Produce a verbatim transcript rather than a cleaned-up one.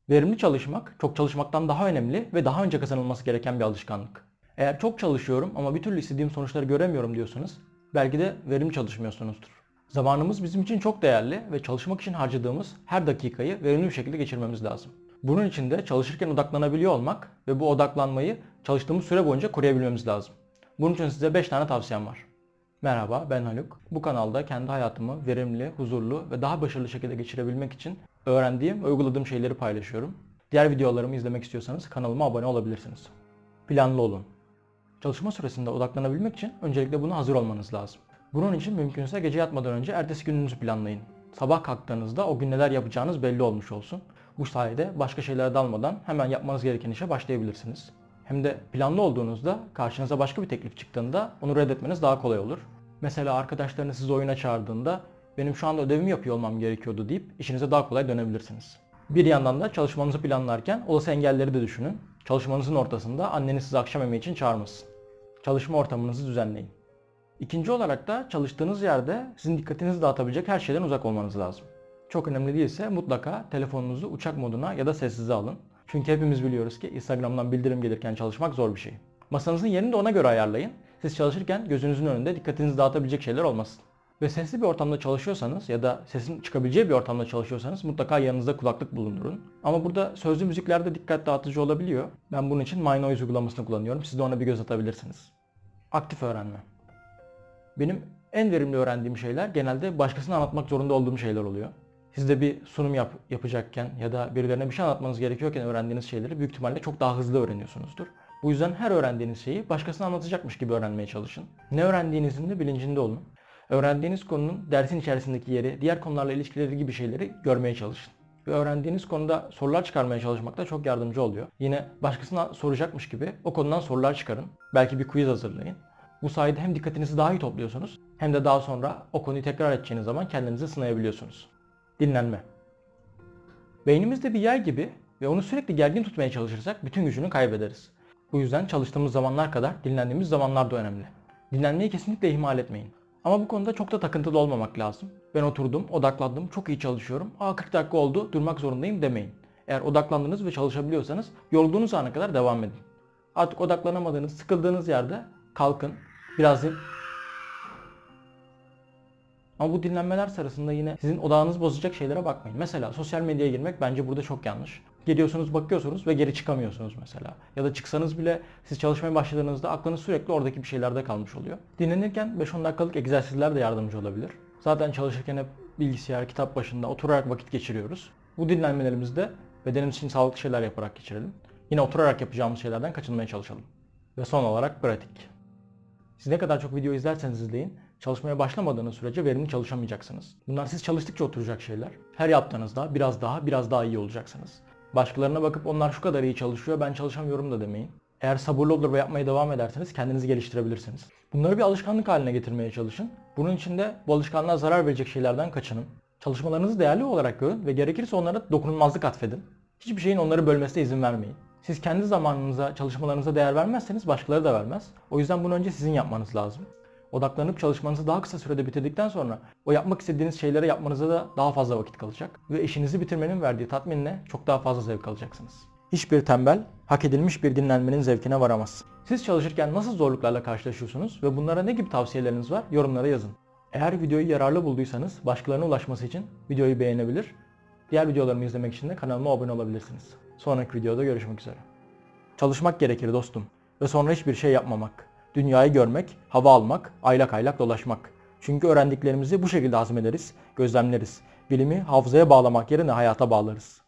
Verimli çalışmak, çok çalışmaktan daha önemli ve daha önce kazanılması gereken bir alışkanlık. Eğer çok çalışıyorum ama bir türlü istediğim sonuçları göremiyorum diyorsanız, belki de verimli çalışmıyorsunuzdur. Zamanımız bizim için çok değerli ve çalışmak için harcadığımız her dakikayı verimli bir şekilde geçirmemiz lazım. Bunun için de çalışırken odaklanabiliyor olmak ve bu odaklanmayı çalıştığımız süre boyunca koruyabilmemiz lazım. Bunun için size beş tane tavsiyem var. Merhaba, ben Haluk. Bu kanalda kendi hayatımı verimli, huzurlu ve daha başarılı şekilde geçirebilmek için öğrendiğim ve uyguladığım şeyleri paylaşıyorum. Diğer videolarımı izlemek istiyorsanız kanalıma abone olabilirsiniz. Planlı olun. Çalışma süresinde odaklanabilmek için öncelikle buna hazır olmanız lazım. Bunun için mümkünse gece yatmadan önce ertesi gününüzü planlayın. Sabah kalktığınızda o gün neler yapacağınız belli olmuş olsun. Bu sayede başka şeylere dalmadan hemen yapmanız gereken işe başlayabilirsiniz. Hem de planlı olduğunuzda karşınıza başka bir teklif çıktığında onu reddetmeniz daha kolay olur. Mesela arkadaşlarınız sizi oyuna çağırdığında benim şu anda ödevimi yapıyor olmam gerekiyordu deyip işinize daha kolay dönebilirsiniz. Bir yandan da çalışmanızı planlarken olası engelleri de düşünün. Çalışmanızın ortasında anneniz sizi akşam yemeği için çağırmasın. Çalışma ortamınızı düzenleyin. İkinci olarak da çalıştığınız yerde sizin dikkatinizi dağıtabilecek her şeyden uzak olmanız lazım. Çok önemli değilse mutlaka telefonunuzu uçak moduna ya da sessize alın. Çünkü hepimiz biliyoruz ki Instagram'dan bildirim gelirken çalışmak zor bir şey. Masanızın yerini de ona göre ayarlayın. Siz çalışırken gözünüzün önünde dikkatinizi dağıtabilecek şeyler olmasın. Ve sesli bir ortamda çalışıyorsanız ya da sesin çıkabileceği bir ortamda çalışıyorsanız mutlaka yanınızda kulaklık bulundurun. Ama burada sözlü müziklerde dikkat dağıtıcı olabiliyor. Ben bunun için My Noise uygulamasını kullanıyorum. Siz de ona bir göz atabilirsiniz. Aktif öğrenme. Benim en verimli öğrendiğim şeyler genelde başkasına anlatmak zorunda olduğum şeyler oluyor. Siz de bir sunum yap, yapacakken ya da birilerine bir şey anlatmanız gerekiyorken öğrendiğiniz şeyleri büyük ihtimalle çok daha hızlı öğreniyorsunuzdur. Bu yüzden her öğrendiğiniz şeyi başkasına anlatacakmış gibi öğrenmeye çalışın. Ne öğrendiğinizin de bilincinde olun. Öğrendiğiniz konunun dersin içerisindeki yeri, diğer konularla ilişkileri gibi şeyleri görmeye çalışın. Ve öğrendiğiniz konuda sorular çıkarmaya çalışmak da çok yardımcı oluyor. Yine başkasına soracakmış gibi o konudan sorular çıkarın. Belki bir quiz hazırlayın. Bu sayede hem dikkatinizi daha iyi topluyorsunuz hem de daha sonra o konuyu tekrar edeceğiniz zaman kendinizi sınayabiliyorsunuz. Dinlenme. Beynimiz de bir yay gibi ve onu sürekli gergin tutmaya çalışırsak bütün gücünü kaybederiz. Bu yüzden çalıştığımız zamanlar kadar dinlendiğimiz zamanlar da önemli. Dinlenmeyi kesinlikle ihmal etmeyin. Ama bu konuda çok da takıntılı olmamak lazım. Ben oturdum, odaklandım, çok iyi çalışıyorum. Aa kırk dakika oldu, durmak zorundayım demeyin. Eğer odaklandınız ve çalışabiliyorsanız yorulduğunuz ana kadar devam edin. Artık odaklanamadığınız, sıkıldığınız yerde kalkın. Biraz din... Ama bu dinlenmeler sırasında yine sizin odağınızı bozacak şeylere bakmayın. Mesela sosyal medyaya girmek bence burada çok yanlış. Geliyorsunuz, bakıyorsunuz ve geri çıkamıyorsunuz mesela. Ya da çıksanız bile siz çalışmaya başladığınızda aklınız sürekli oradaki bir şeylerde kalmış oluyor. Dinlenirken beş on dakikalık egzersizler de yardımcı olabilir. Zaten çalışırken hep bilgisayar, kitap başında oturarak vakit geçiriyoruz. Bu dinlenmelerimizi de bedenimiz için sağlıklı şeyler yaparak geçirelim. Yine oturarak yapacağımız şeylerden kaçınmaya çalışalım. Ve son olarak pratik. Siz ne kadar çok video izlerseniz izleyin, çalışmaya başlamadığınız sürece verimli çalışamayacaksınız. Bunlar siz çalıştıkça oturacak şeyler. Her yaptığınızda biraz daha, biraz daha iyi olacaksınız. Başkalarına bakıp onlar şu kadar iyi çalışıyor, ben çalışamıyorum da demeyin. Eğer sabırlı olur ve yapmaya devam ederseniz kendinizi geliştirebilirsiniz. Bunları bir alışkanlık haline getirmeye çalışın. Bunun için de bu alışkanlığa zarar verecek şeylerden kaçının. Çalışmalarınızı değerli olarak görün ve gerekirse onlara dokunulmazlık atfedin. Hiçbir şeyin onları bölmesine izin vermeyin. Siz kendi zamanınıza, çalışmalarınıza değer vermezseniz başkaları da vermez. O yüzden bunu önce sizin yapmanız lazım. Odaklanıp çalışmanızı daha kısa sürede bitirdikten sonra o yapmak istediğiniz şeyleri yapmanıza da daha fazla vakit kalacak. Ve işinizi bitirmenin verdiği tatminle çok daha fazla zevk alacaksınız. Hiçbir tembel, hak edilmiş bir dinlenmenin zevkine varamaz. Siz çalışırken nasıl zorluklarla karşılaşıyorsunuz ve bunlara ne gibi tavsiyeleriniz var yorumlara yazın. Eğer videoyu yararlı bulduysanız başkalarına ulaşması için videoyu beğenebilir. Diğer videolarımı izlemek için de kanalıma abone olabilirsiniz. Sonraki videoda görüşmek üzere. Çalışmak gerekir dostum ve sonra hiçbir şey yapmamak. Dünyayı görmek, hava almak, aylak aylak dolaşmak. Çünkü öğrendiklerimizi bu şekilde hazmederiz, gözlemleriz. Bilimi hafızaya bağlamak yerine hayata bağlarız.